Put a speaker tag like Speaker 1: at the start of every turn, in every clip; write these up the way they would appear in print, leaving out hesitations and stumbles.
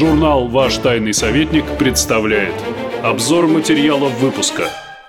Speaker 1: Журнал «Ваш тайный советник» представляет обзор материалов выпуска.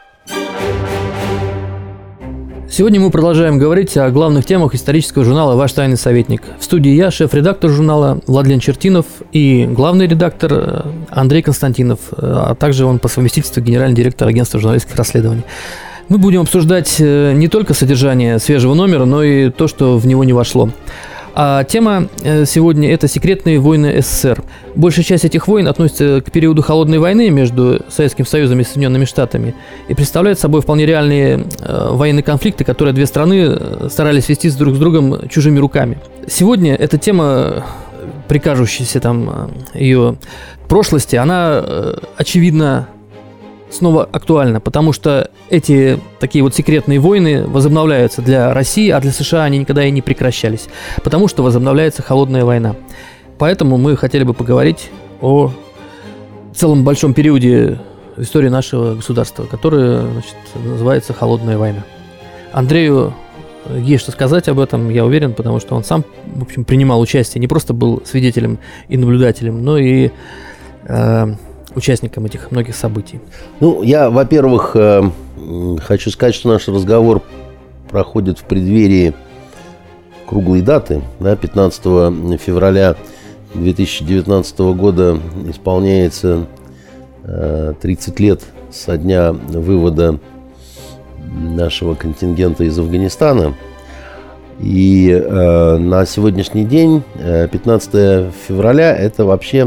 Speaker 2: Сегодня мы продолжаем говорить о главных темах исторического журнала «Ваш тайный советник». В студии я, шеф-редактор журнала Владлен Чертинов и главный редактор Андрей Константинов, а также он по совместительству генеральный директор агентства журналистских расследований. Мы будем обсуждать не только содержание свежего номера, но и то, что в него не вошло. А тема сегодня – это секретные войны СССР. Большая часть этих войн относится к периоду Холодной войны между Советским Союзом и Соединенными Штатами и представляет собой вполне реальные военные конфликты, которые две страны старались вести друг с другом чужими руками. Сегодня эта тема, при кажущейся ее прошлости, она, очевидно, снова актуальна, потому что эти такие вот секретные войны возобновляются для России, а для США они никогда и не прекращались, потому что возобновляется холодная война. Поэтому мы хотели бы поговорить о целом большом периоде в истории нашего государства, который, называется «Холодная война». Андрею есть что сказать об этом, я уверен, потому что он сам, в общем, принимал участие, не просто был свидетелем и наблюдателем, но и участником этих многих событий.
Speaker 3: Я, во-первых, хочу сказать, что наш разговор проходит в преддверии круглой даты. 15 февраля 2019 года исполняется 30 лет со дня вывода нашего контингента из Афганистана. И на сегодняшний день, 15 февраля, это вообще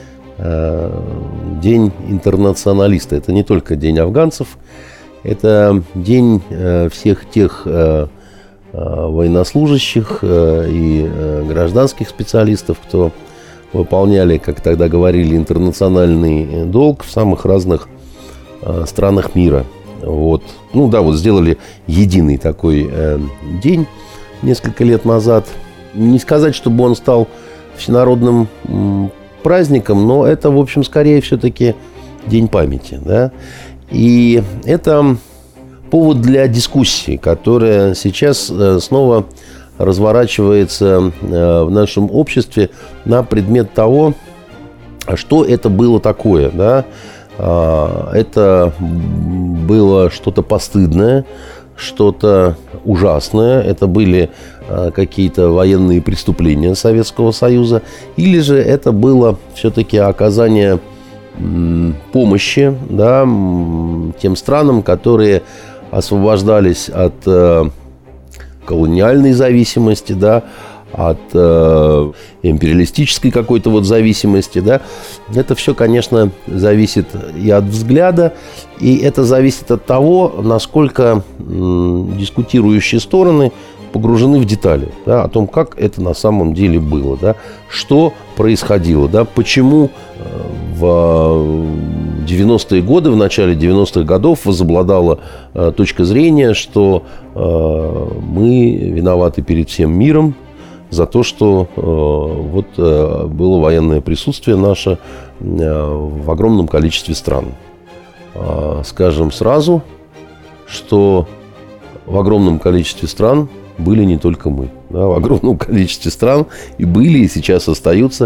Speaker 3: День интернационалиста. Это не только День афганцев, это день всех тех военнослужащих и гражданских специалистов, кто выполняли, как тогда говорили, интернациональный долг в самых разных странах мира. Сделали единый такой день несколько лет назад. Не сказать, чтобы он стал всенародным праздником, но это, в общем, скорее все-таки День памяти, да? И это повод для дискуссии, которая сейчас снова разворачивается в нашем обществе на предмет того, что это было такое, да? Это было что-то постыдное, что-то ужасное, это были какие-то военные преступления Советского Союза, или же это было все-таки оказание помощи, да, тем странам, которые освобождались от колониальной зависимости, да, от империалистической какой-то зависимости, да. Это все, конечно, зависит и от взгляда, и это зависит от того, насколько дискутирующие стороны погружены в детали, да, о том, как это на самом деле было, да, что происходило, да, почему в 90-е годы, в начале 90-х годов возобладала точка зрения, что мы виноваты перед всем миром за то, что было военное присутствие наше в огромном количестве стран. Скажем сразу, что в огромном количестве стран были не только мы. Да, в огромном количестве стран и были, и сейчас остаются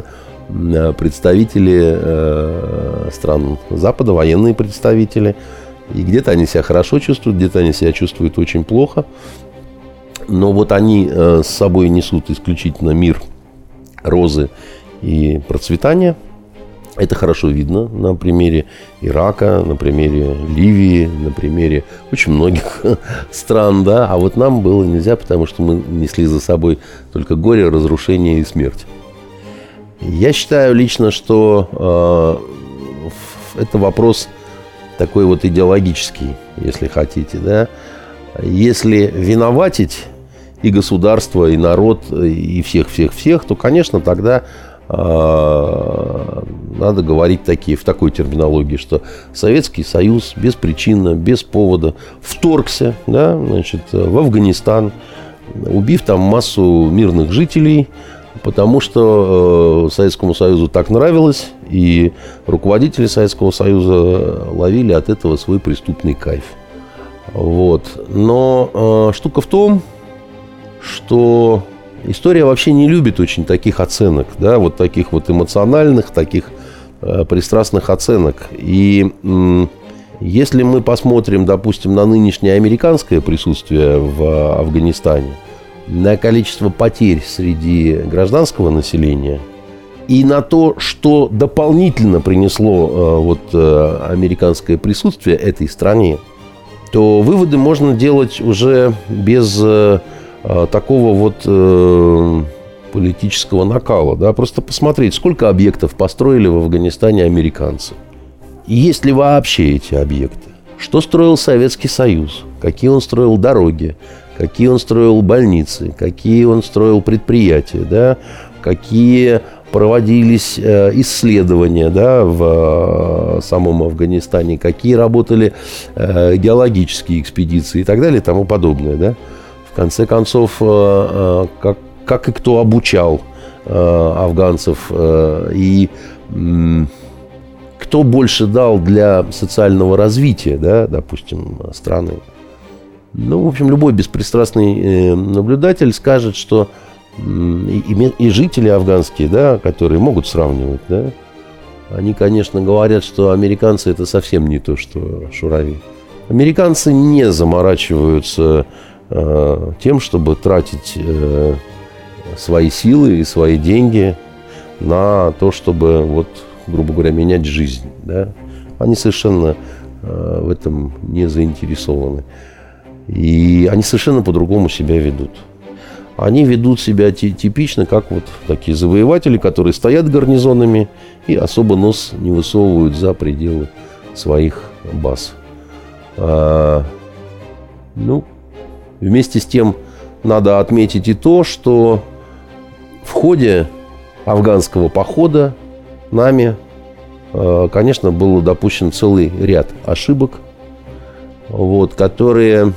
Speaker 3: представители стран Запада, военные представители. И где-то они себя хорошо чувствуют, где-то они себя чувствуют очень плохо. Но они с собой несут исключительно мир, розы и процветание. Это хорошо видно на примере Ирака, на примере Ливии, на примере очень многих стран, да. А нам было нельзя, потому что мы несли за собой только горе, разрушение и смерть. Я считаю лично, что это вопрос такой идеологический, если хотите, да. Если виноватить и государство, и народ, и всех, то, конечно, тогда надо говорить в такой терминологии, что Советский Союз беспричинно, без повода вторгся, да, в Афганистан, убив там массу мирных жителей, потому что Советскому Союзу так нравилось, и руководители Советского Союза ловили от этого свой преступный кайф. Но штука в том, что история вообще не любит очень таких оценок, да, вот таких вот эмоциональных, таких пристрастных оценок. И если мы посмотрим, допустим, на нынешнее американское присутствие в Афганистане, на количество потерь среди гражданского населения и на то, что дополнительно принесло американское присутствие этой стране, то выводы можно делать уже без такого политического накала. Да? Просто посмотреть, сколько объектов построили в Афганистане американцы. И есть ли вообще эти объекты? Что строил Советский Союз? Какие он строил дороги? Какие он строил больницы? Какие он строил предприятия? Да? Какие проводились исследования, да, в самом Афганистане? Какие работали геологические экспедиции и так далее и тому подобное. Да? В конце концов, как и кто обучал афганцев и кто больше дал для социального развития, да, допустим, страны. Ну, в общем, любой беспристрастный наблюдатель скажет, что и жители афганские, да, которые могут сравнивать, да, они, конечно, говорят, что американцы – это совсем не то, что шурави. Американцы не заморачиваются тем, чтобы тратить свои силы и свои деньги на то, чтобы, грубо говоря, менять жизнь. Да? Они совершенно в этом не заинтересованы. И они совершенно по-другому себя ведут. Они ведут себя типично, как такие завоеватели, которые стоят гарнизонами и особо нос не высовывают за пределы своих баз. Вместе с тем надо отметить и то, что в ходе афганского похода нами, конечно, был допущен целый ряд ошибок, которые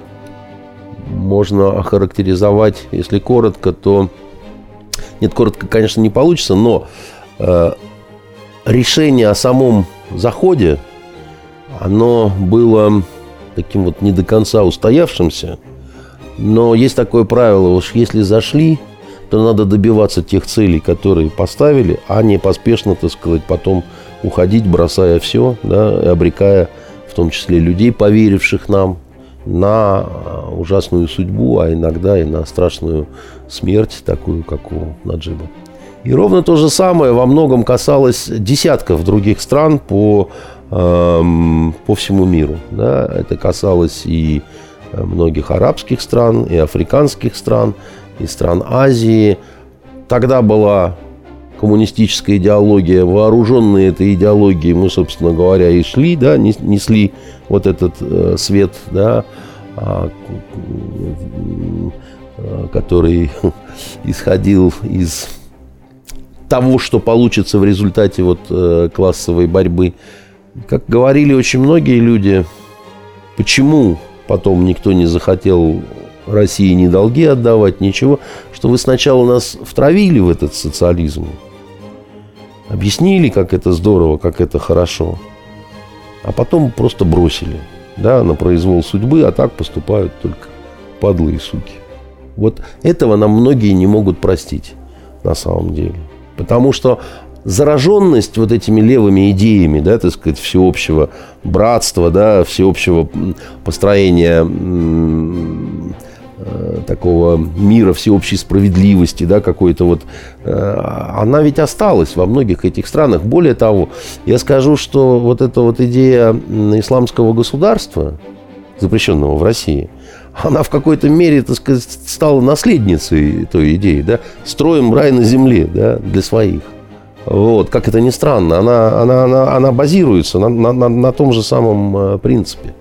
Speaker 3: можно охарактеризовать, если коротко, то... Нет, коротко, конечно, не получится, но решение о самом заходе, оно было таким не до конца устоявшимся. Но есть такое правило, уж если зашли, то надо добиваться тех целей, которые поставили, а не поспешно, так сказать, потом уходить, бросая все, да, и обрекая в том числе людей, поверивших нам, на ужасную судьбу, а иногда и на страшную смерть, такую, как у Наджиба. И ровно то же самое во многом касалось десятков других стран по всему миру. Да? Это касалось и многих арабских стран, и африканских стран, и стран Азии. Тогда была коммунистическая идеология, вооруженные этой идеологией мы, собственно говоря, и шли, да, несли этот свет, да, который исходил из того, что получится в результате классовой борьбы. Как говорили очень многие люди, почему потом никто не захотел России ни долги отдавать, ничего, что вы сначала нас втравили в этот социализм, объяснили, как это здорово, как это хорошо, а потом просто бросили, да, на произвол судьбы, а так поступают только подлые суки. Этого нам многие не могут простить на самом деле. Потому что зараженность этими левыми идеями, да, так сказать, всеобщего братства, да, всеобщего построения такого мира, всеобщей справедливости, да, какой-то она ведь осталась во многих этих странах. Более того, я скажу, что эта идея исламского государства, запрещенного в России, она в какой-то мере, так сказать, стала наследницей той идеи, да, строим рай на земле, да, для своих. Как это ни странно, она базируется на том же самом принципе.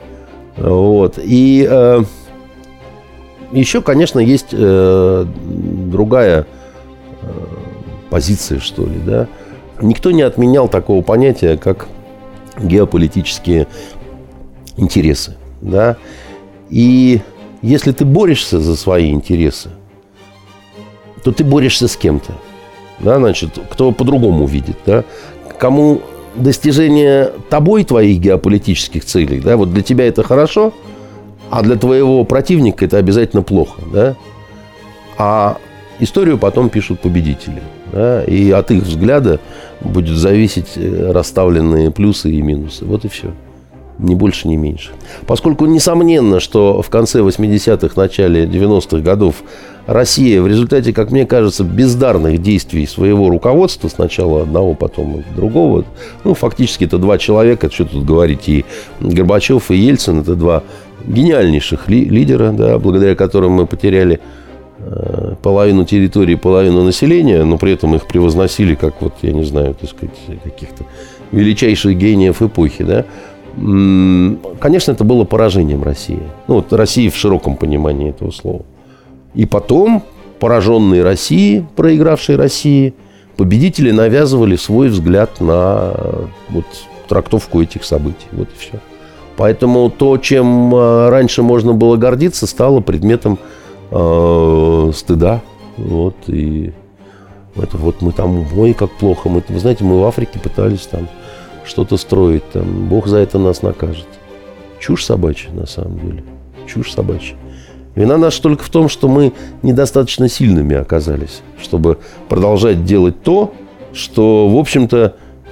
Speaker 3: И еще, конечно, есть другая позиция, что ли, да. Никто не отменял такого понятия, как геополитические интересы, да. И если ты борешься за свои интересы, то ты борешься с кем-то. Да, значит, кто по-другому видит, да? Кому достижение тобой твоих геополитических целей, да, для тебя это хорошо, а для твоего противника это обязательно плохо, да? А историю потом пишут победители. Да, и от их взгляда будет зависеть расставленные плюсы и минусы. Вот и все. Ни больше, ни меньше. Поскольку несомненно, что в конце 80-х, начале 90-х годов Россия в результате, как мне кажется, бездарных действий своего руководства, сначала одного, потом другого, фактически это два человека, что тут говорить, и Горбачев, и Ельцин, это два гениальнейших лидера, да, благодаря которым мы потеряли половину территории, половину населения, но при этом их превозносили как, я не знаю, так сказать, каких-то величайших гениев эпохи, да. Конечно, это было поражением России. России в широком понимании этого слова. И потом, пораженные Россией, проигравшей России, победители навязывали свой взгляд на трактовку этих событий. Вот и все. Поэтому то, чем раньше можно было гордиться, стало предметом стыда. И это мы там, ой, как плохо. Вы знаете, мы в Африке пытались там что-то строить, там, Бог за это нас накажет. Чушь собачья, на самом деле. Чушь собачья. Вина наша только в том, что мы недостаточно сильными оказались, чтобы продолжать делать то, что, в общем-то,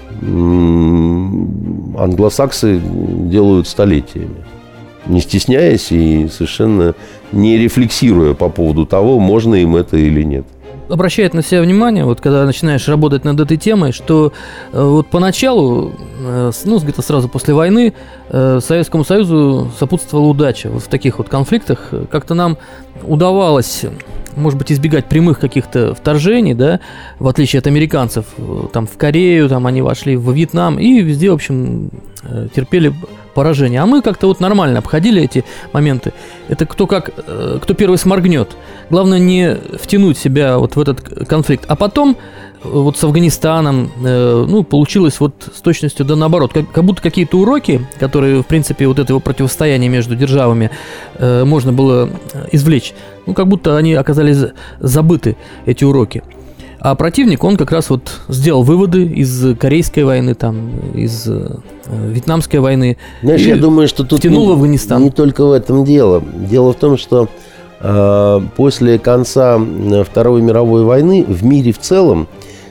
Speaker 3: англосаксы делают столетиями. Не стесняясь и совершенно не рефлексируя по поводу того, можно им это или нет.
Speaker 2: Обращает на себя внимание, когда начинаешь работать над этой темой, что поначалу, где-то сразу после войны, Советскому Союзу сопутствовала удача. В таких конфликтах как-то нам удавалось, может быть, избегать прямых каких-то вторжений, да, в отличие от американцев. Там в Корею, они вошли во Вьетнам и везде, в общем, терпели поражение. А мы как-то нормально обходили эти моменты. Это кто первый сморгнет. Главное не втянуть себя в этот конфликт. А потом с Афганистаном получилось с точностью да наоборот. Как будто какие-то уроки, которые, в принципе, этого противостояния между державами можно было извлечь, как будто они оказались забыты, эти уроки. А противник, он как раз сделал выводы из Корейской войны, из Вьетнамской войны.
Speaker 3: Знаешь, я думаю, что тут
Speaker 2: втянул в Афганистан.
Speaker 3: Не только в этом дело. Дело в том, что после конца Второй мировой войны в мире в целом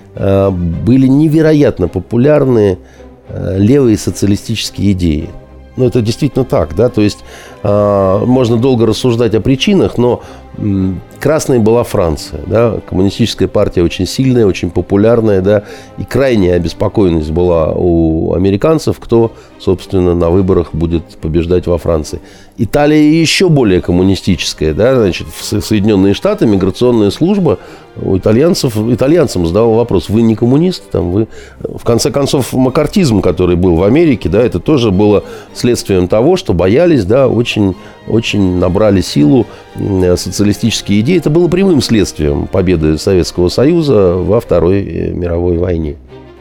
Speaker 3: были невероятно популярны левые социалистические идеи. Это действительно так, да, то есть можно долго рассуждать о причинах, но красной была Франция, да, коммунистическая партия очень сильная, очень популярная, да, и крайняя обеспокоенность была у американцев, кто, собственно, на выборах будет побеждать во Франции. Италия еще более коммунистическая, да, значит, в Соединенные Штаты миграционная служба у итальянцам задавала вопрос: вы не коммунисты, вы... В конце концов, маккартизм, который был в Америке, да, это тоже было следствием того, что боялись, да, очень, очень набрали силу социалистические идеи. Это было прямым следствием победы Советского Союза во Второй мировой войне.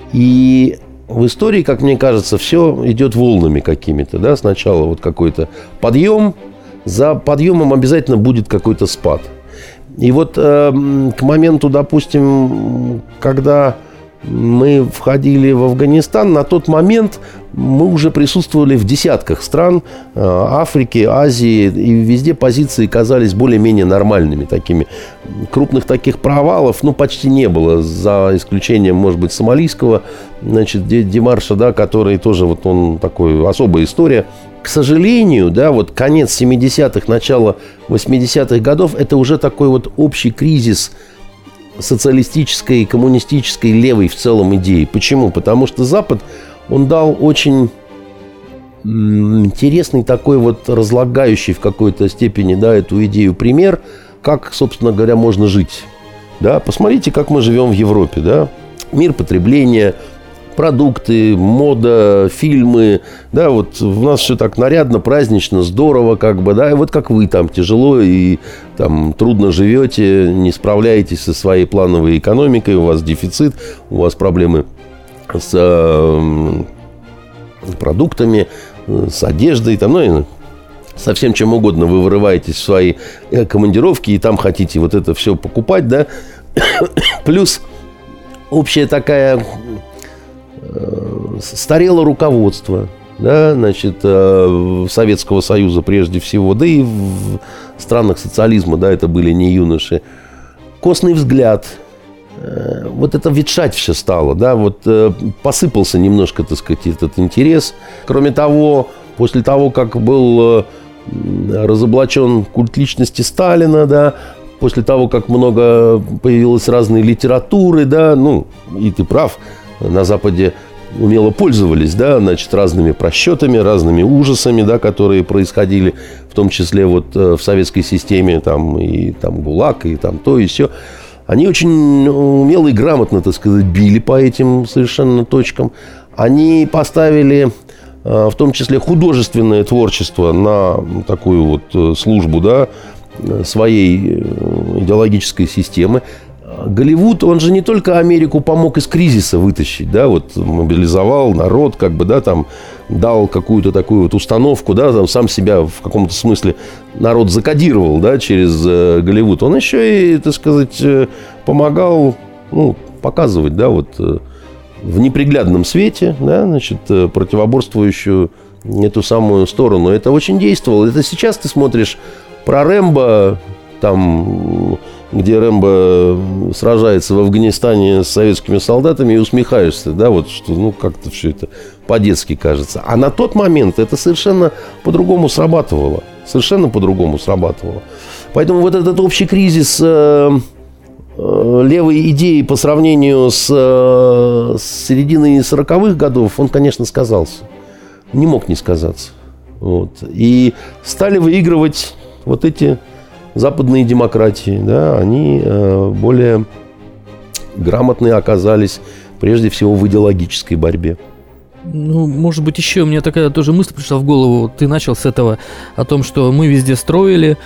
Speaker 3: И в истории, как мне кажется, все идет волнами какими-то, да, сначала какой-то подъем, за подъемом обязательно будет какой-то спад. И к моменту, допустим, когда мы входили в Афганистан, на тот момент мы уже присутствовали в десятках стран Африки, Азии, и везде позиции казались более-менее нормальными. Крупных таких провалов почти не было, за исключением, может быть, сомалийского, демарша, да, который тоже он такой особая история. К сожалению, да, конец 70-х, начало 80-х годов – это уже такой общий кризис социалистической, коммунистической, левой в целом идеи. Почему? Потому что Запад, он дал очень интересный такой разлагающий в какой-то степени, да, эту идею пример, как, собственно говоря, можно жить. Да? Посмотрите, как мы живем в Европе. Да? Мир потребления, продукты, мода, фильмы. Да, у нас все так нарядно, празднично, здорово, да, и как вы там тяжело и трудно живете, не справляетесь со своей плановой экономикой, у вас дефицит, у вас проблемы с продуктами, с одеждой, и со всем чем угодно. Вы вырываетесь в свои командировки и там хотите это все покупать, да. Плюс общая такая... Старело руководство, да, Советского Союза прежде всего, да и в странах социализма, да, это были не юноши. костный взгляд. Вот это ветшать все стало, да, вот посыпался немножко, так сказать, этот интерес. Кроме того, после того, как был разоблачен культ личности Сталина, да, после того, как много появилось разной литературы, да, ну, и ты прав, на Западе умело пользовались, да, значит, разными просчетами, разными ужасами, да, которые происходили, в том числе вот в советской системе, там, и там ГУЛАГ, и там то, и сё. Они очень умело и грамотно, так сказать, били по этим совершенно точкам. Они поставили, в том числе, художественное творчество на такую вот службу, да, своей идеологической системы. Голливуд, он же не только Америку помог из кризиса вытащить, да, вот мобилизовал народ, как бы, да, там, дал какую-то такую вот установку, да, там, сам себя в каком-то смысле народ закодировал, да, через Голливуд. Он еще и, так сказать, помогал, ну, показывать, да, вот в неприглядном свете, да, значит, противоборствующую эту самую сторону. Это очень действовало. Это сейчас ты смотришь про Рэмбо, там, где Рэмбо сражается в Афганистане с советскими солдатами, и усмехаешься, да, вот что, ну, как-то все это по-детски кажется. А на тот момент это совершенно по-другому срабатывало. Совершенно по-другому срабатывало. Поэтому вот этот общий кризис левой идеи по сравнению с серединой 40-х годов, он, конечно, сказался. Не мог не сказаться. Вот. И стали выигрывать вот эти западные демократии, да, они более грамотные оказались, прежде всего, в идеологической борьбе.
Speaker 2: Ну, может быть, еще у меня такая тоже мысль пришла в голову. Ты начал с этого, о том, что мы везде строили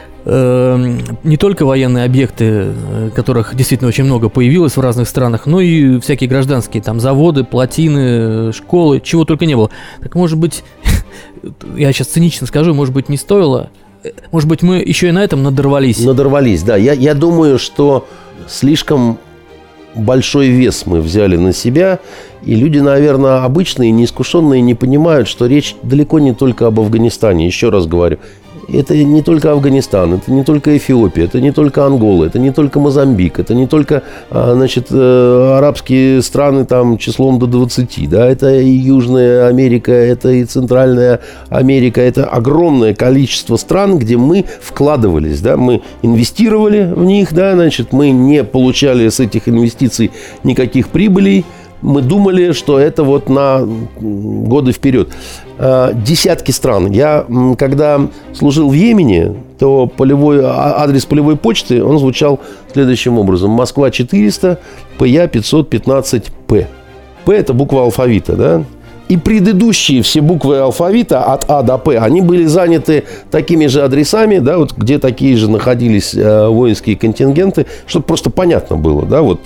Speaker 2: не только военные объекты, которых действительно очень много появилось в разных странах, но и всякие гражданские, там, заводы, плотины, школы, чего только не было. Так, может быть, я сейчас цинично скажу, может быть, не стоило. Может быть, мы еще и на этом надорвались.
Speaker 3: Надорвались, да. Я думаю, что слишком большой вес мы взяли на себя, и люди, наверное, обычные, неискушенные, не понимают, что речь далеко не только об Афганистане. Еще раз говорю, это не только Афганистан, это не только Эфиопия, это не только Ангола, это не только Мозамбик, это не только, значит, арабские страны там числом до 20, да, это и Южная Америка, это и Центральная Америка, это огромное количество стран, где мы вкладывались, да, мы инвестировали в них, да, значит, мы не получали с этих инвестиций никаких прибылей. Мы думали, что это вот на годы вперед. Десятки стран. Я, когда служил в Йемене, то адрес полевой почты, он звучал следующим образом. Москва 400, ПЯ 515, П. П – это буква алфавита, да? И предыдущие все буквы алфавита от А до П, они были заняты такими же адресами, да, вот, где такие же находились воинские контингенты, чтобы просто понятно было, да, вот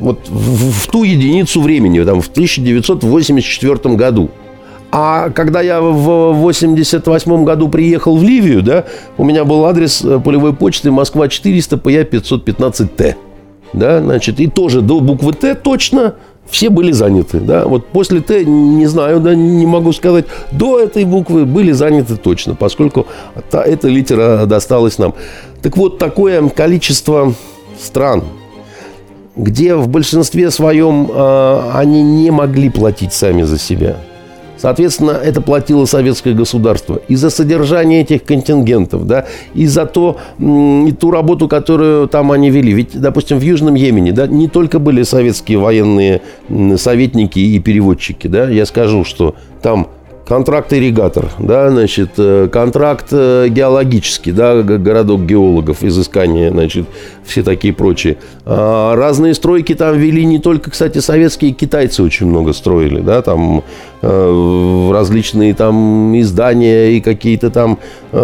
Speaker 3: в ту единицу времени, там, в 1984 году. А когда я в 1988 году приехал в Ливию, да, у меня был адрес полевой почты Москва 400, ПЯ 515Т. Да, значит, и тоже до буквы Т точно все были заняты, да. Вот после Т, не знаю, да, не могу сказать, до этой буквы были заняты точно, поскольку эта литера досталась нам. Так вот, такое количество стран, где в большинстве своем они не могли платить сами за себя. Соответственно, это платило советское государство и за содержание этих контингентов, да, и за и ту работу, которую там они вели. Ведь, допустим, в Южном Йемене, да, не только были советские военные советники и переводчики, да, я скажу, что там контракт-ирригатор, да, значит, контракт геологический, да, городок геологов, изыскания, значит, все такие прочие. Разные стройки там вели не только, кстати, советские, китайцы очень много строили, да, там различные там издания и какие-то там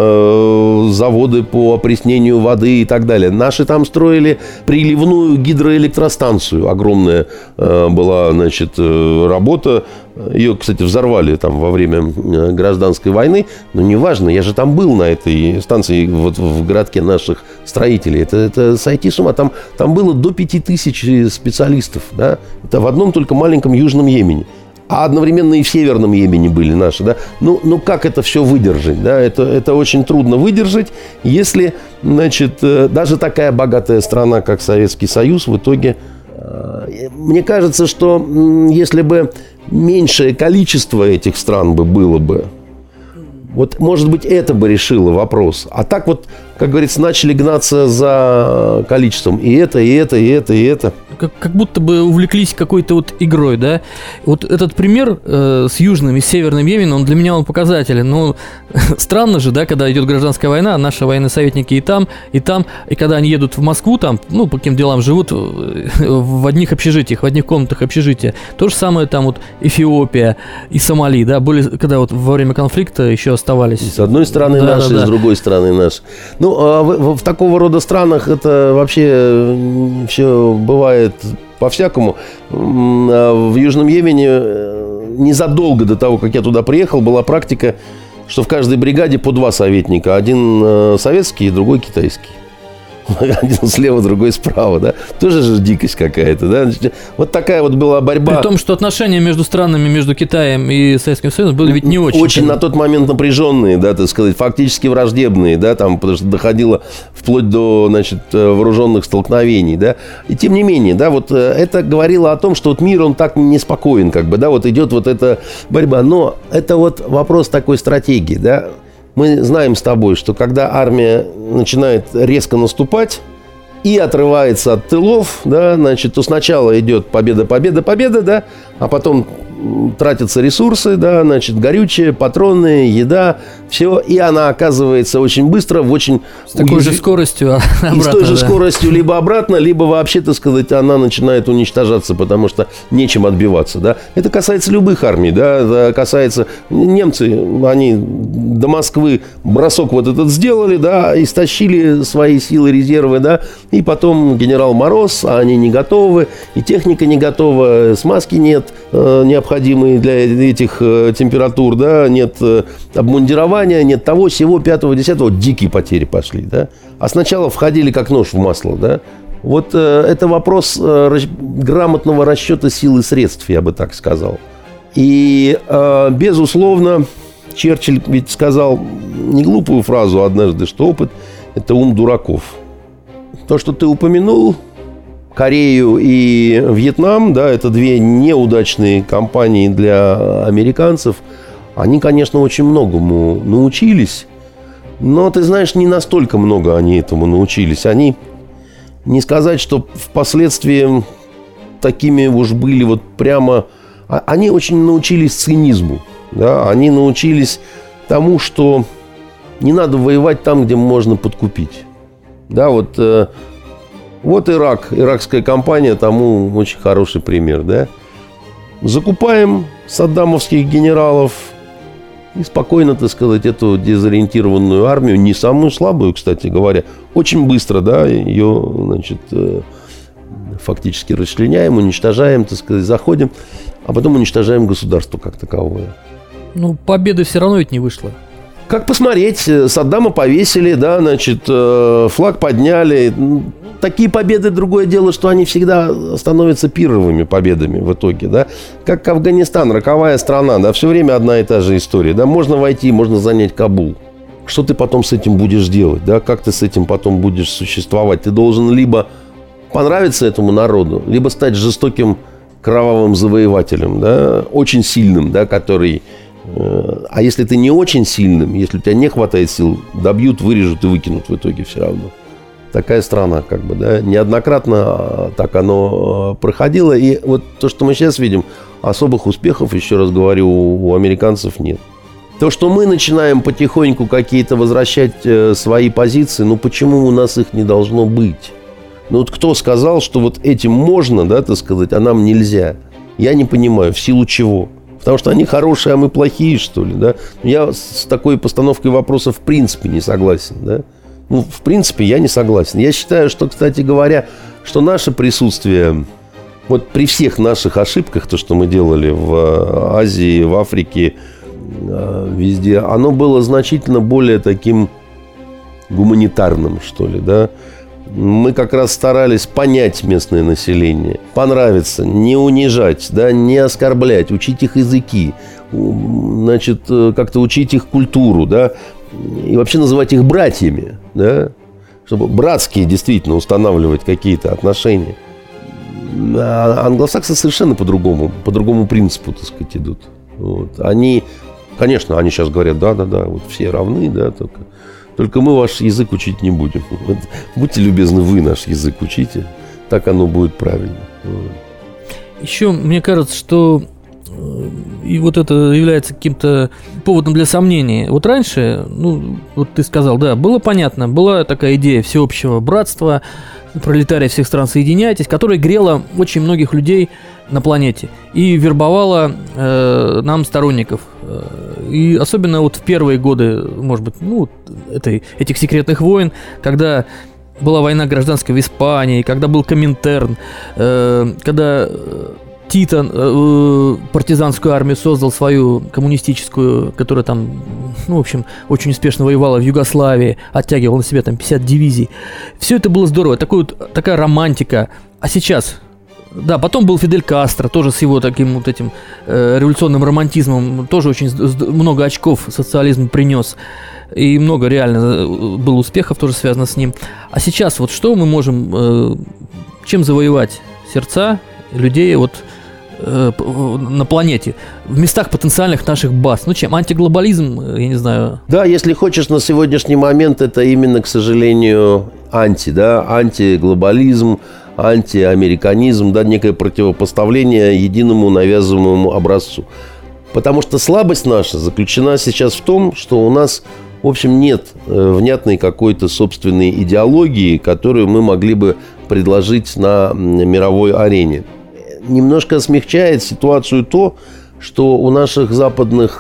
Speaker 3: заводы по опреснению воды и так далее. Наши там строили приливную гидроэлектростанцию, огромная была, значит, работа. Ее, кстати, взорвали там во время гражданской войны, но неважно, я же там был на этой станции, вот в городке наших строителей. Это сойти с ума. Там было до 5000 специалистов, да? Это в одном только маленьком Южном Йемене. а одновременно и в Северном Йемене были наши, да. Ну как это все выдержать, да? Это очень трудно выдержать, если, значит, даже такая богатая страна, как Советский Союз, в итоге, мне кажется, что если бы меньшее количество этих стран было бы, вот, может быть, это бы решило вопрос. А так вот, как говорится, начали гнаться за количеством. И это, и это, и это, и это.
Speaker 2: Как будто бы увлеклись какой-то вот игрой, да? Вот этот пример с Южным и Северным Йеменом, он для меня он показателен. Ну, странно же, да, когда идет гражданская война, наши военные советники и там, и когда они едут в Москву, там, ну, по каким делам живут в одних общежитиях, в одних комнатах общежития. То же самое там вот Эфиопия и Сомали, да, были, когда вот во время конфликта еще оставались.
Speaker 3: С одной стороны наши, с другой стороны наши. Ну, а в такого рода странах это вообще все бывает по-всякому. В Южном Йемене незадолго до того, как я туда приехал, была практика, что в каждой бригаде по 2 советника. Один советский, другой китайский. Один слева, другой справа, да? Тоже же дикость какая-то, да? Вот такая вот была борьба.
Speaker 2: При том, что отношения между странами, между Китаем и Советским Союзом были ведь не очень.
Speaker 3: Очень на тот момент напряженные, да, так сказать, фактически враждебные, да, там, потому что доходило вплоть до, значит, вооруженных столкновений, да. И тем не менее, да, вот это говорило о том, что вот мир, он так неспокоен, как бы, да, вот идет вот эта борьба. Но это вот вопрос такой стратегии, да. Мы знаем с тобой, что когда армия начинает резко наступать и отрывается от тылов, да, значит, то сначала идет победа, да, а потом тратятся ресурсы, да, значит, горючее, патроны, еда, все, и она оказывается очень быстро в очень...
Speaker 2: С такой же скоростью обратно.
Speaker 3: И с той же скоростью либо обратно, либо вообще, так сказать, она начинает уничтожаться, потому что нечем отбиваться, да. Это касается любых армий, да, это касается... Немцы, они до Москвы бросок вот этот сделали, да, истощили свои силы, резервы, да, и потом генерал Мороз, а они не готовы, и техника не готова, смазки нет необходимые для этих температур, да, нет обмундирования, нет того, сего, 5-го, 10-го, дикие потери пошли, да. А сначала входили как нож в масло, да. Вот это вопрос грамотного расчета сил и средств, я бы так сказал. И, безусловно, Черчилль ведь сказал не глупую фразу однажды, что опыт – это ум дураков. То, что ты упомянул, Корею и Вьетнам, да, это 2 неудачные кампании для американцев. Они, конечно, очень многому научились, но, ты знаешь, не настолько много они этому научились. Они, не сказать, что впоследствии такими уж были вот прямо... Они очень научились цинизму, да, они научились тому, что не надо воевать там, где можно подкупить. Да, вот Ирак, иракская кампания тому очень хороший пример, да. Закупаем саддамовских генералов и спокойно, так сказать, эту дезориентированную армию, не самую слабую, кстати говоря, очень быстро, да, ее, значит, фактически расчленяем, уничтожаем, так сказать, заходим, а потом уничтожаем государство как таковое.
Speaker 2: Ну, победы все равно ведь не вышло.
Speaker 3: Как посмотреть, Саддама повесили, да, значит, флаг подняли. Такие победы, другое дело, что они всегда становятся пирровыми победами в итоге, да. Как Афганистан, роковая страна, да, все время одна и та же история, да. Можно войти, можно занять Кабул. Что ты потом с этим будешь делать, да, как ты с этим потом будешь существовать? Ты должен либо понравиться этому народу, либо стать жестоким кровавым завоевателем, да, очень сильным, да, который... А если ты не очень сильным, если у тебя не хватает сил, добьют, вырежут и выкинут в итоге все равно. Такая страна, как бы, да, неоднократно так оно проходило. И вот то, что мы сейчас видим, особых успехов, еще раз говорю, у американцев нет. То, что мы начинаем потихоньку какие-то возвращать свои позиции, ну почему у нас их не должно быть? Ну вот кто сказал, что вот этим можно, да, так сказать, а нам нельзя? Я не понимаю, в силу чего? Потому что они хорошие, а мы плохие, что ли, да? Я с такой постановкой вопроса в принципе не согласен, да? Ну, в принципе, я не согласен. Я считаю, что, кстати говоря, что наше присутствие, вот при всех наших ошибках, то, что мы делали в Азии, в Африке, везде, оно было значительно более таким гуманитарным, что ли, да? Мы как раз старались понять местное население, понравиться, не унижать, да, не оскорблять, учить их языки, значит, как-то учить их культуру, да, и вообще называть их братьями, да, чтобы братские действительно устанавливать какие-то отношения. А англосаксы совершенно по другому принципу, так сказать, идут. Вот. Они, конечно, они сейчас говорят, да, вот все равны, да, только мы ваш язык учить не будем. Вот. Будьте любезны, вы наш язык учите, так оно будет правильно. Вот.
Speaker 2: Еще мне кажется, что и вот это является каким-то поводом для сомнений. Вот раньше, ну, вот ты сказал, да, было понятно, была такая идея всеобщего братства, пролетарии всех стран соединяйтесь, которая грела очень многих людей на планете и вербовала нам сторонников. И особенно вот в первые годы, может быть, ну, этих секретных войн, когда была война гражданская в Испании, когда был Коминтерн, когда Тито партизанскую армию создал свою коммунистическую, которая там, ну, в общем, очень успешно воевала в Югославии, оттягивала на себя там 50 дивизий. Все это было здорово, такая романтика. А сейчас, да, потом был Фидель Кастро, тоже с его таким вот этим революционным романтизмом, тоже очень много очков социализм принес. И много реально было успехов тоже связано с ним. А сейчас вот что мы можем, чем завоевать сердца людей вот на планете, в местах потенциальных наших баз? Ну чем? Антиглобализм, я не знаю.
Speaker 3: Да, если хочешь, на сегодняшний момент это именно, к сожалению, антиглобализм, антиамериканизм, да, некое противопоставление единому навязываемому образцу. Потому что слабость наша заключена сейчас в том, что у нас, в общем, нет внятной какой-то собственной идеологии, которую мы могли бы предложить на мировой арене. Немножко смягчает ситуацию то, что у наших западных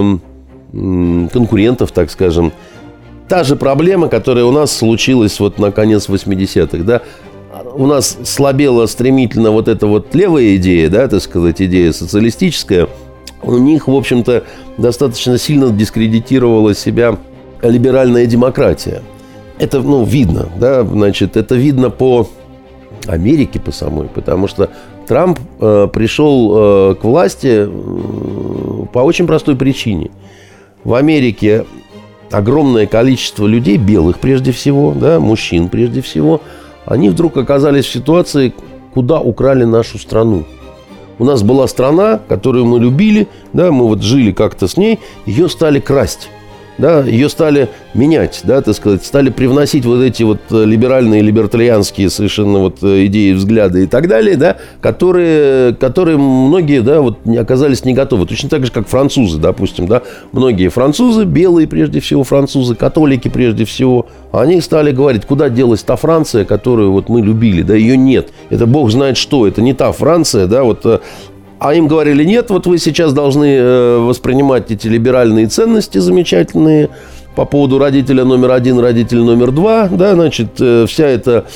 Speaker 3: конкурентов, так скажем, та же проблема, которая у нас случилась вот на конец 80-х, да, у нас слабела стремительно вот эта вот левая идея, да, так сказать, идея социалистическая, у них, в общем-то, достаточно сильно дискредитировала себя либеральная демократия. Это, ну, видно, да, значит, это видно по Америке, по самой, потому что Трамп пришел к власти по очень простой причине. В Америке огромное количество людей, белых прежде всего, да, мужчин прежде всего, они вдруг оказались в ситуации, куда украли нашу страну. У нас была страна, которую мы любили, да, мы вот жили как-то с ней, ее стали красть. Да, ее стали менять, да, так сказать, стали привносить вот эти вот либеральные, либертарианские совершенно вот идеи, взгляды и так далее, да, которые многие, да, вот оказались не готовы. Точно так же, как французы, допустим, да, многие французы, белые прежде всего французы, католики прежде всего, они стали говорить, куда делась та Франция, которую вот мы любили, да, ее нет. Это бог знает что, это не та Франция, да, вот. А им говорили, нет, вот вы сейчас должны воспринимать эти либеральные ценности замечательные по поводу родителя номер 1, родителя номер 2, да, значит, вся эта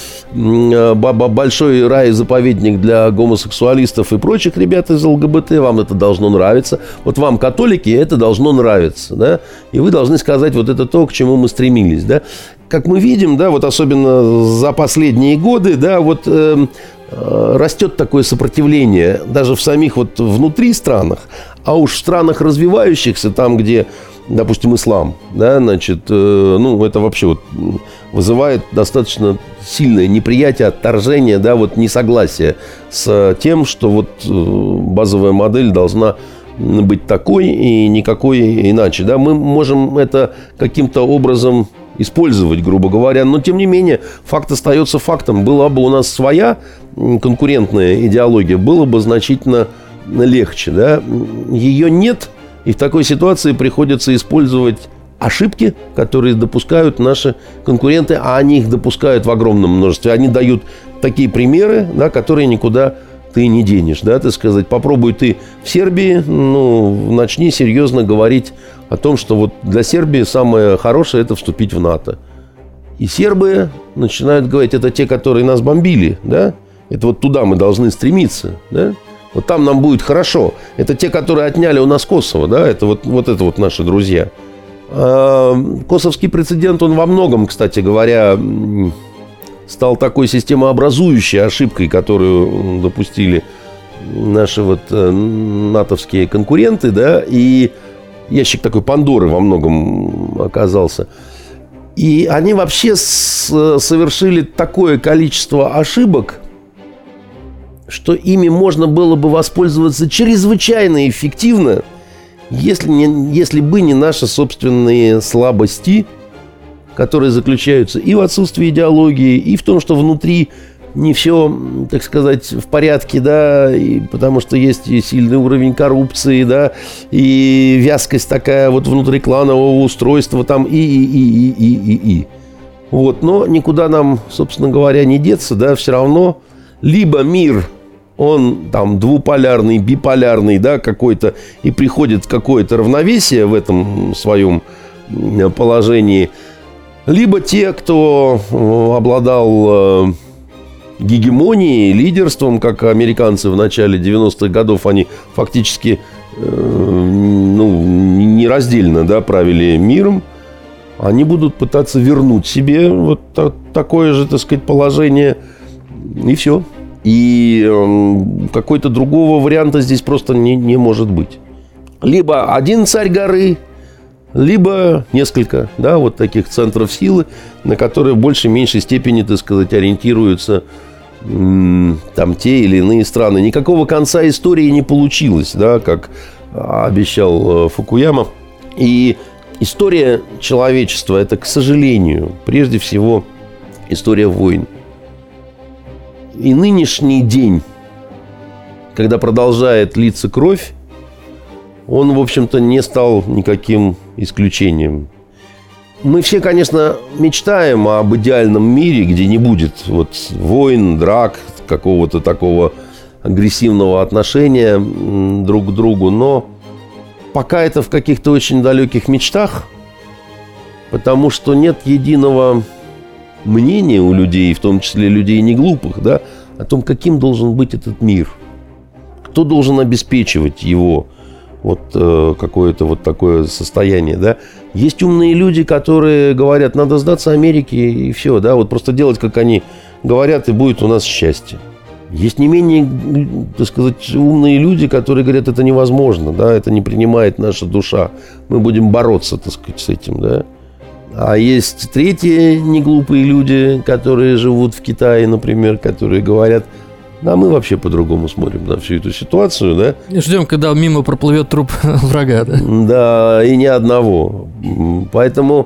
Speaker 3: большой рай-заповедник для гомосексуалистов и прочих ребят из ЛГБТ, вам это должно нравиться. Вот вам, католики, это должно нравиться, да, и вы должны сказать, вот это то, к чему мы стремились, да. Как мы видим, да, вот особенно за последние годы, да, вот растет такое сопротивление даже в самих вот внутри странах, а уж в странах развивающихся, там, где, допустим, ислам, да, значит, ну, это вообще вот вызывает достаточно сильное неприятие, отторжение, да, вот несогласие с тем, что вот базовая модель должна быть такой и никакой иначе, да, мы можем это каким-то образом использовать, грубо говоря. Но, тем не менее, факт остается фактом. Была бы у нас своя конкурентная идеология, было бы значительно легче. Да? Ее нет, и в такой ситуации приходится использовать ошибки, которые допускают наши конкуренты, а они их допускают в огромном множестве. Они дают такие примеры, да, которые никуда ты не денешь. Да, так сказать, попробуй ты в Сербии, ну, начни серьезно говорить о том, что вот для Сербии самое хорошее – это вступить в НАТО. И сербы начинают говорить, это те, которые нас бомбили, да? Это вот туда мы должны стремиться, да? Вот там нам будет хорошо. Это те, которые отняли у нас Косово, да? Это вот наши друзья. А косовский прецедент, он во многом, кстати говоря, стал такой системообразующей ошибкой, которую допустили наши вот натовские конкуренты, да, и ящик такой Пандоры во многом оказался. И они вообще совершили такое количество ошибок, что ими можно было бы воспользоваться чрезвычайно эффективно, если бы не наши собственные слабости, которые заключаются и в отсутствии идеологии, и в том, что внутри не все, так сказать, в порядке, да, и потому что есть и сильный уровень коррупции, да, и вязкость такая вот внутрикланового устройства там, и. Вот, но никуда нам, собственно говоря, не деться, да, все равно либо мир, он там двуполярный, биполярный, да, какой-то, и приходит какое-то равновесие в этом своем положении, либо те, кто обладал гегемонией, лидерством, как американцы в начале 90-х годов, они фактически нераздельно, да, правили миром, они будут пытаться вернуть себе вот такое же, так сказать, положение, и все. И какой-то другого варианта здесь просто не может быть. Либо один царь горы, либо несколько, да, вот таких центров силы, на которые в большей-меньшей степени, так сказать, ориентируются там те или иные страны. Никакого конца истории не получилось, да, как обещал Фукуяма. И история человечества – это, к сожалению, прежде всего история войн. И нынешний день, когда продолжает литься кровь, он, в общем-то, не стал никаким исключением. Мы все, конечно, мечтаем об идеальном мире, где не будет вот войн, драк, какого-то такого агрессивного отношения друг к другу. Но пока это в каких-то очень далеких мечтах, потому что нет единого мнения у людей, в том числе людей не глупых, да, о том, каким должен быть этот мир. Кто должен обеспечивать его вот какое-то вот такое состояние, да. Есть умные люди, которые говорят, надо сдаться Америке и все, да, вот просто делать, как они говорят, и будет у нас счастье. Есть не менее, так сказать, умные люди, которые говорят, это невозможно, да, это не принимает наша душа, мы будем бороться, так сказать, с этим, да. А есть третьи неглупые люди, которые живут в Китае, например, которые говорят, а мы вообще по-другому смотрим на всю эту ситуацию, да?
Speaker 2: Ждем, когда мимо проплывет труп врага, да?
Speaker 3: Да, и ни одного. Поэтому,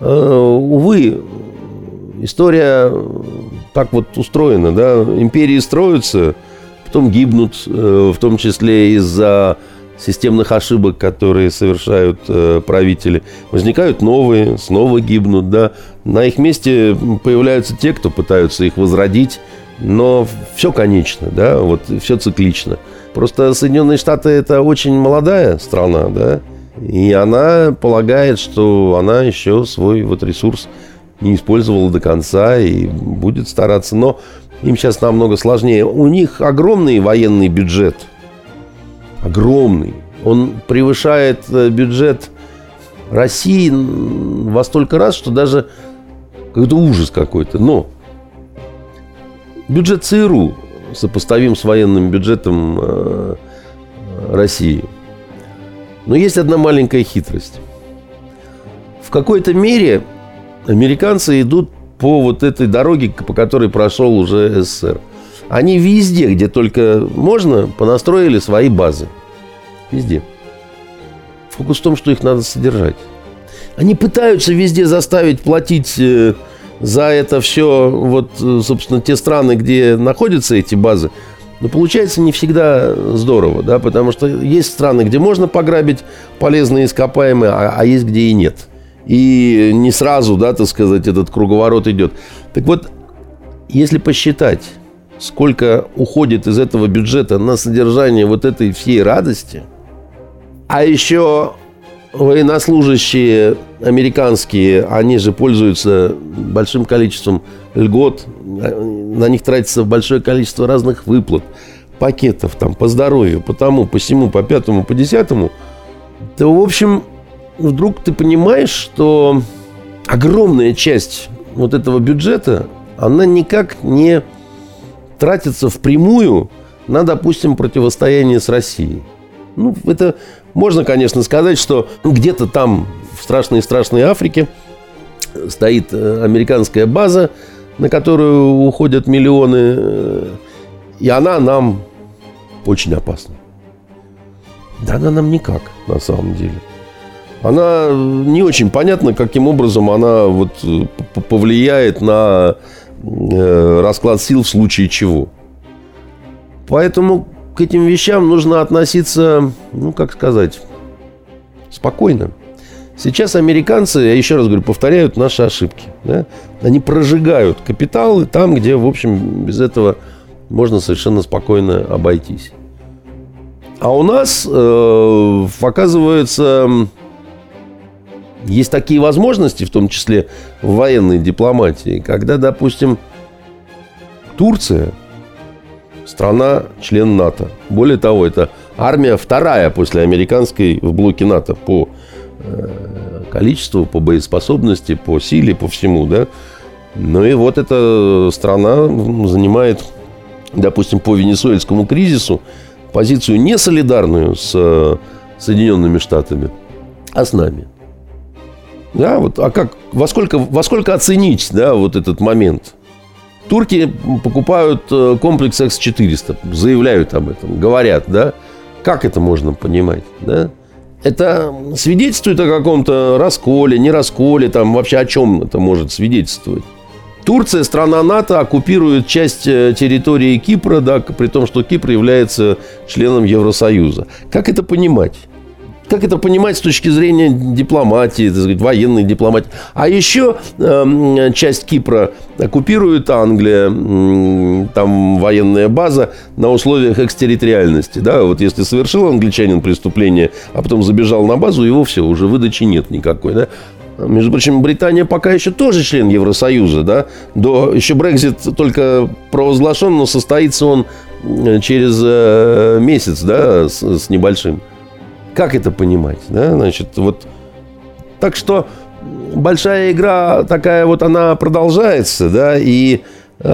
Speaker 3: увы, история так вот устроена, да? Империи строятся, потом гибнут, в том числе из-за системных ошибок, которые совершают правители. Возникают новые, снова гибнут, да? На их месте появляются те, кто пытаются их возродить. Но все конечно, да, вот все циклично. Просто Соединенные Штаты – это очень молодая страна, да, и она полагает, что она еще свой вот ресурс не использовала до конца и будет стараться. Но им сейчас намного сложнее. У них огромный военный бюджет. Огромный. Он превышает бюджет России во столько раз, что даже какой-то ужас какой-то. Но бюджет ЦРУ сопоставим с военным бюджетом России. Но есть одна маленькая хитрость. В какой-то мере американцы идут по вот этой дороге, по которой прошел уже СССР. Они везде, где только можно, понастроили свои базы. Везде. Фокус в том, что их надо содержать. Они пытаются везде заставить платить за это все, вот, собственно, те страны, где находятся эти базы. Но получается не всегда здорово, да, потому что есть страны, где можно пограбить полезные ископаемые, а есть, где и нет. И не сразу, да, так сказать, этот круговорот идет. Так вот, если посчитать, сколько уходит из этого бюджета на содержание вот этой всей радости, а еще военнослужащие американские, они же пользуются большим количеством льгот, на них тратится большое количество разных выплат, пакетов там по здоровью, по тому, по сему, по пятому, по десятому, то, в общем, вдруг ты понимаешь, что огромная часть вот этого бюджета, она никак не тратится впрямую на, допустим, противостояние с Россией. Ну, это можно, конечно, сказать, что где-то там, в страшной Африке, стоит американская база, на которую уходят миллионы, и она нам очень опасна. Да она нам никак, на самом деле. Она не очень понятно, каким образом она вот повлияет на расклад сил в случае чего. Поэтому к этим вещам нужно относиться, ну, как сказать, спокойно. Сейчас американцы, я еще раз говорю, повторяют наши ошибки. Да? Они прожигают капиталы там, где, в общем, без этого можно совершенно спокойно обойтись. А у нас, оказывается, есть такие возможности, в том числе в военной дипломатии, когда, допустим, Турция страна-член НАТО. Более того, это армия вторая после американской в блоке НАТО по количеству, по боеспособности, по силе, по всему, да. Ну и вот эта страна занимает, допустим, по венесуэльскому кризису позицию не солидарную с Соединенными Штатами, а с нами. Да, вот, а как, во сколько оценить, да, вот этот момент? Турки покупают комплекс С-400, заявляют об этом, говорят, да. Как это можно понимать, да? Это свидетельствует о каком-то расколе, не расколе, там вообще о чем это может свидетельствовать? Турция, страна НАТО, оккупирует часть территории Кипра, да, при том, что Кипр является членом Евросоюза. Как это понимать? Как это понимать с точки зрения дипломатии, так сказать, военной дипломатии? А еще часть Кипра оккупирует Англия, там военная база на условиях экстерриториальности. Да? Вот если совершил англичанин преступление, а потом забежал на базу, его все, уже выдачи нет никакой. Да? Между прочим, Британия пока еще тоже член Евросоюза. Да? Еще Брексит только провозглашен, но состоится он через месяц, да, с небольшим. Как это понимать? Да? Значит, вот. Так что большая игра такая вот, она продолжается, да, и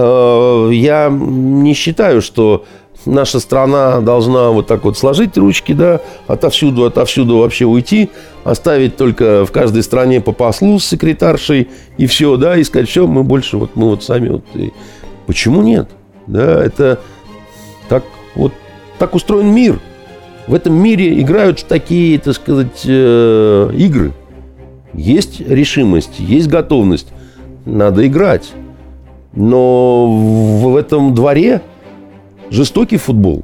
Speaker 3: я не считаю, что наша страна должна вот так вот сложить ручки, да, отовсюду вообще уйти, оставить только в каждой стране по послу с секретаршей и все, да, и сказать, все, мы больше вот, мы вот сами вот. И почему нет? Да, это так вот, так устроен мир. В этом мире играют такие, так сказать, игры. Есть решимость, есть готовность. Надо играть. Но в этом дворе жестокий футбол.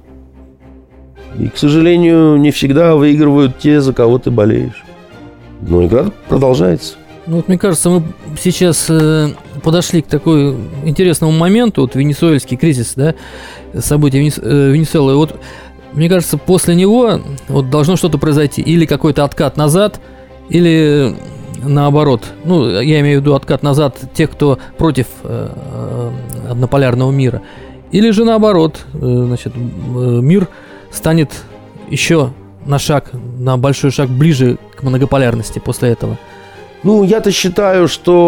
Speaker 3: И, к сожалению, не всегда выигрывают те, за кого ты болеешь. Но игра продолжается.
Speaker 2: Ну, вот, мне кажется, мы сейчас подошли к такой интересному моменту. Вот венесуэльский кризис, да, события Венесуэлы. Вот, мне кажется, после него вот должно что-то произойти. Или какой-то откат назад, или наоборот. Ну, я имею в виду откат назад тех, кто против однополярного мира. Или же наоборот, значит, мир станет еще на большой шаг ближе к многополярности после этого.
Speaker 3: Ну, я-то считаю,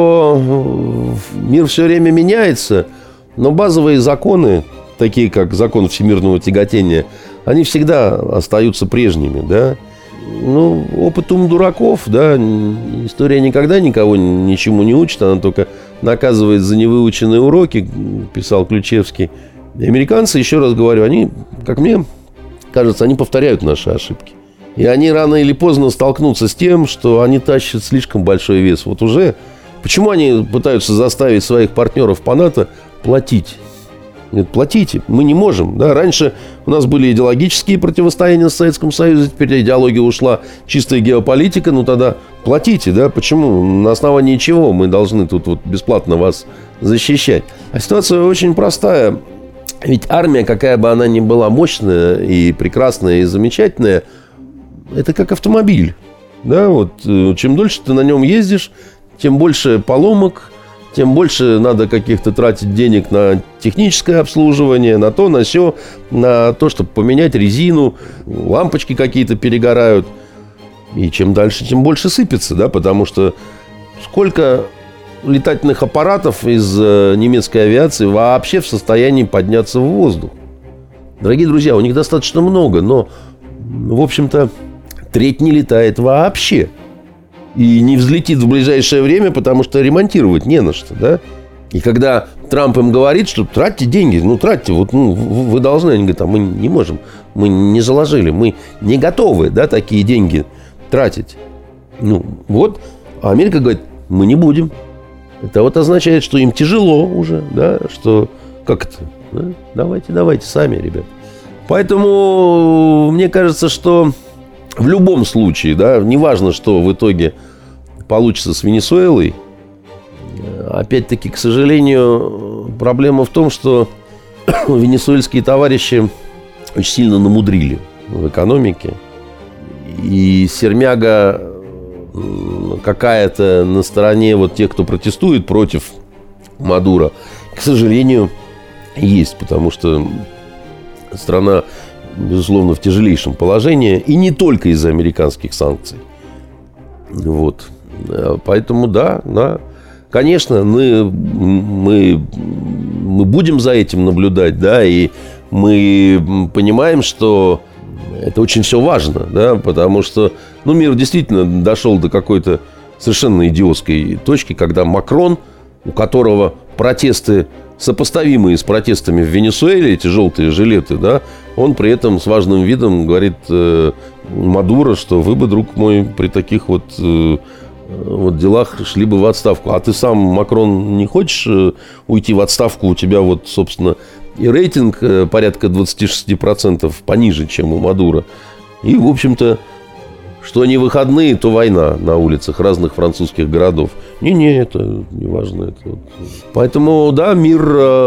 Speaker 3: что мир все время меняется, но базовые законы, такие как закон всемирного тяготения, они всегда остаются прежними, да. Ну, опыт ум дураков, да, история никогда никого ничему не учит, она только наказывает за невыученные уроки, писал Ключевский. И американцы, еще раз говорю, они, как мне кажется, они повторяют наши ошибки. И они рано или поздно столкнутся с тем, что они тащат слишком большой вес. Вот уже, почему они пытаются заставить своих партнеров по НАТО платить? Нет, платите, мы не можем. Да? Раньше у нас были идеологические противостояния с Советским Союзом, теперь идеология ушла, чистая геополитика, ну тогда платите, да? Почему? На основании чего мы должны тут вот бесплатно вас защищать? А ситуация очень простая. Ведь армия, какая бы она ни была мощная и прекрасная и замечательная, это как автомобиль. Да? Вот, чем дольше ты на нем ездишь, тем больше поломок, тем больше надо каких-то тратить денег на техническое обслуживание, на то, на сё, на то, чтобы поменять резину, лампочки какие-то перегорают. И чем дальше, тем больше сыпется, да, потому что сколько летательных аппаратов из немецкой авиации вообще в состоянии подняться в воздух. Дорогие друзья, у них достаточно много, но, в общем-то, треть не летает вообще. И не взлетит в ближайшее время, потому что ремонтировать не на что, да? И когда Трамп им говорит, что тратьте деньги, тратьте, вы должны, они говорят, мы не можем, мы не заложили, мы не готовы, да, такие деньги тратить. А Америка говорит, мы не будем. Это вот означает, что им тяжело уже, да, что как это? Да? Давайте сами, ребят. Поэтому мне кажется, что в любом случае, да, неважно, что в итоге получится с Венесуэлой, опять-таки, к сожалению, проблема в том, что венесуэльские товарищи очень сильно намудрили в экономике. И сермяга какая-то на стороне вот тех, кто протестует против Мадуро, к сожалению, есть. Потому что страна, безусловно, в тяжелейшем положении. И не только из-за американских санкций. Вот. Поэтому, да. Конечно, мы будем за этим наблюдать, да, и мы понимаем, что это очень все важно, да, потому что, мир действительно дошел до какой-то совершенно идиотской точки, когда Макрон, у которого протесты сопоставимые с протестами в Венесуэле, эти желтые жилеты, да, он при этом с важным видом говорит Мадуро, что вы бы, друг мой, при таких вот делах шли бы в отставку. А ты сам, Макрон, не хочешь уйти в отставку? У тебя вот, собственно, и рейтинг порядка 26% пониже, чем у Мадуро. И, в общем-то, что не выходные, то война на улицах разных французских городов. Не, это не важно. Поэтому, да, мир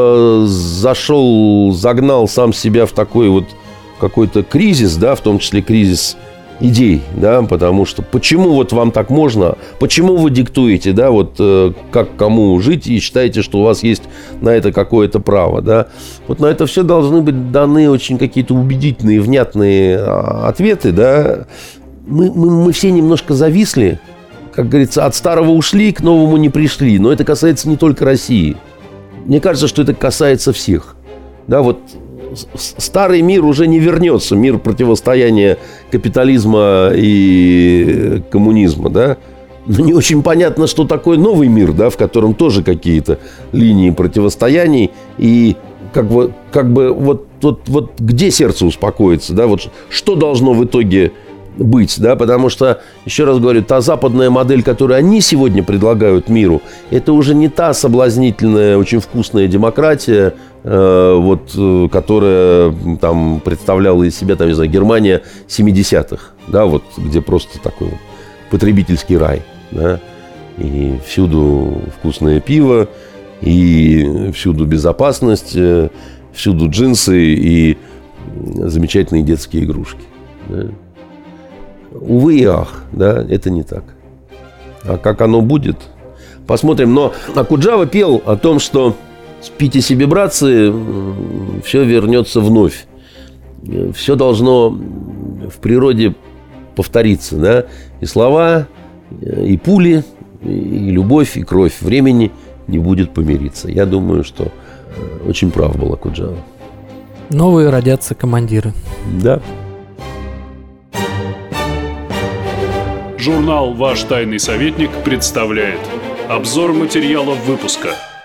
Speaker 3: загнал сам себя в такой вот какой-то кризис, да, в том числе кризис идей, да, потому что почему вот вам так можно, почему вы диктуете, да, вот как кому жить и считаете, что у вас есть на это какое-то право, да, вот на это все должны быть даны очень какие-то убедительные, внятные ответы, да. Мы все немножко зависли, как говорится, от старого ушли, к новому не пришли, но это касается не только России. Мне кажется, что это касается всех, да, вот. Старый мир уже не вернется, мир противостояния капитализма и коммунизма, да. Но не очень понятно, что такое новый мир, да, в котором тоже какие-то линии противостояний. И как бы вот где сердце успокоится, да, вот что должно в итоге быть, да, потому что, еще раз говорю, та западная модель, которую они сегодня предлагают миру, это уже не та соблазнительная, очень вкусная демократия, которая там представляла из себя, там, не знаю, Германия 70-х, да, вот, где просто такой вот потребительский рай, да, и всюду вкусное пиво, и всюду безопасность, всюду джинсы и замечательные детские игрушки, да. Увы и ах, да, это не так. А как оно будет, посмотрим. Но Окуджава пел о том, что спите себе, братцы, все вернется вновь. Все должно в природе повториться, да. И слова, и пули, и любовь, и кровь времени не будет помириться. Я думаю, что очень прав был Окуджава.
Speaker 2: Новые родятся командиры.
Speaker 3: Да.
Speaker 1: Журнал «Ваш тайный советник» представляет обзор материалов выпуска.